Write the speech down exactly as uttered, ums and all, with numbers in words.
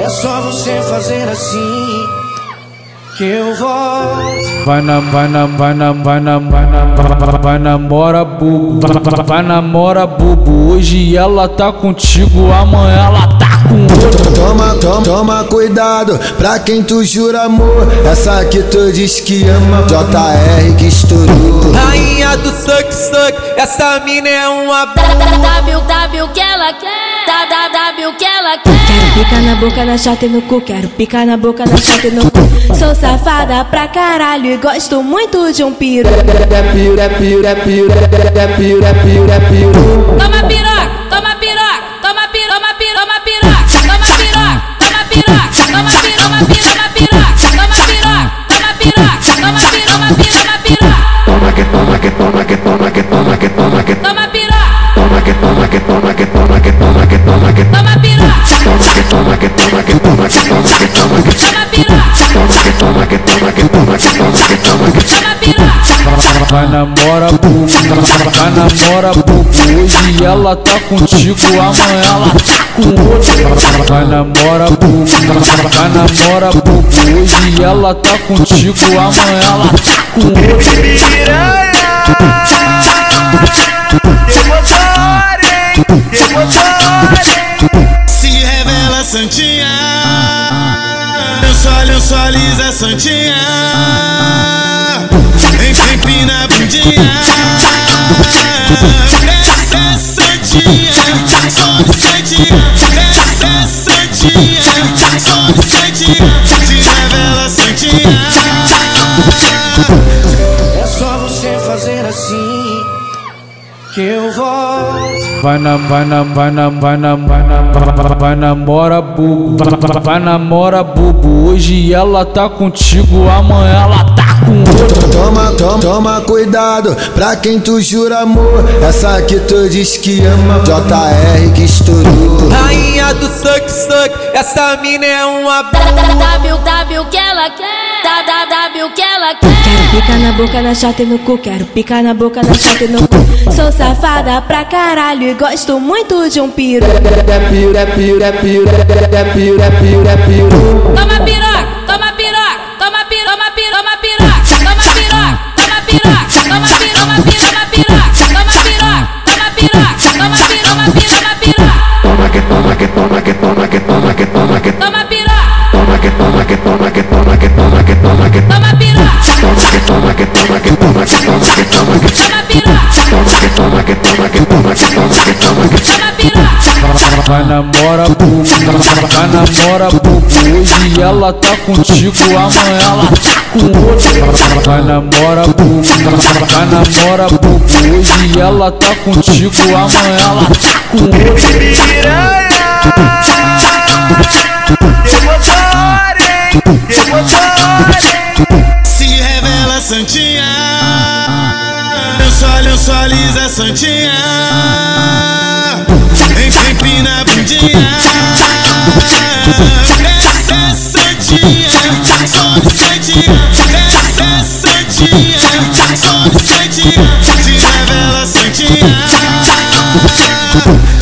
só você fazer assim que eu volto. Vai na, vai na, vai na, vai na, vai na, vai, vai namora bubu, vai, vai namora bubu. Hoje ela tá contigo, amanhã ela tá com outro. Toma, toma, toma cuidado pra quem tu jura amor. Essa que tu diz que ama, J R que estourou. Rainha do suck suck, essa mina é uma W, W que ela quer. W que ela quer. Quero picar na boca, na chata e no cu. Quero picar na boca, na chata e no cu. Sou safada pra caralho e gosto muito de um piru. É piru, é piru, é piru, é piru, é piru, é piru. Toma piroca, toma piroca, toma piroca, toma piroca, toma piroca, toma piroca, toma piroca, toma piroca, toma piroca, toma piroca, toma piroca, toma piroca, toma piroca. Toma que toma que toma que toma que toma que Toma piroca. toma que toma que toma que toma que toma que toma que Toma piroca. toma que toma que toma que toma que toma que toma que Toma piroca. toma que toma que toma que toma que toma que Toma piroca. Vai namora bubu, vai namora bubu. Hoje ela tá contigo, amanhã ela tá com outro. Vai namora bubu, vai namora bubu. Hoje ela tá contigo, amanhã ela tá com outro. piranha. Demodore, demodore. Se revela santinha, lençol, lençoliza santinha, empina a bundinha. Essa é santinha, sobe santinha. Essa é santinha, sobe santinha. Se revela santinha. É só você fazer assim que eu volto. Vai na, vai na, vai na, vai na, vai na, vai, vai namora bubu, vai, vai namora bubu. Hoje ela tá contigo, amanhã ela tá com outro. Toma, toma, toma cuidado pra quem tu jura amor. Essa que tu diz que ama, J R que estourou. Rainha do suck suck, essa mina é uma W, W que ela quer. W que ela quer. Quero picar na boca, na chata e no cu. Quero picar na boca, na chata e no cu. Sou safada pra caralho e gosto muito de um piru. É piru, é piru, é piru, é piru, é piru, é piru. Toma piroca, toma piroca, toma piroca, toma piroca, toma piroca, toma piroca, toma piroca, toma piroca, toma piroca, toma piroca, toma piroca, toma piroca, toma piroca. Toma que toma que toma que toma que toma que Toma piroca. toma que toma que toma que toma que toma que toma que Toma piroca. toma que toma que toma que toma que toma que toma que Toma piroca. toma que toma que toma que toma que toma que Toma piroca. Vai namora bubu, vai namora bubu. Hoje ela tá contigo, amanhã ela tá com outro. Vai namora bubu, vai namora bubu. Hoje ela tá contigo, amanhã ela tá com outro. piranha. Demodore, demodore. Se revela santinha, lençol, lençoliza santinha, empina a bundinha. Essa é santinha, sobe santinha. Essa é santinha, sobe santinha. Se revela santinha.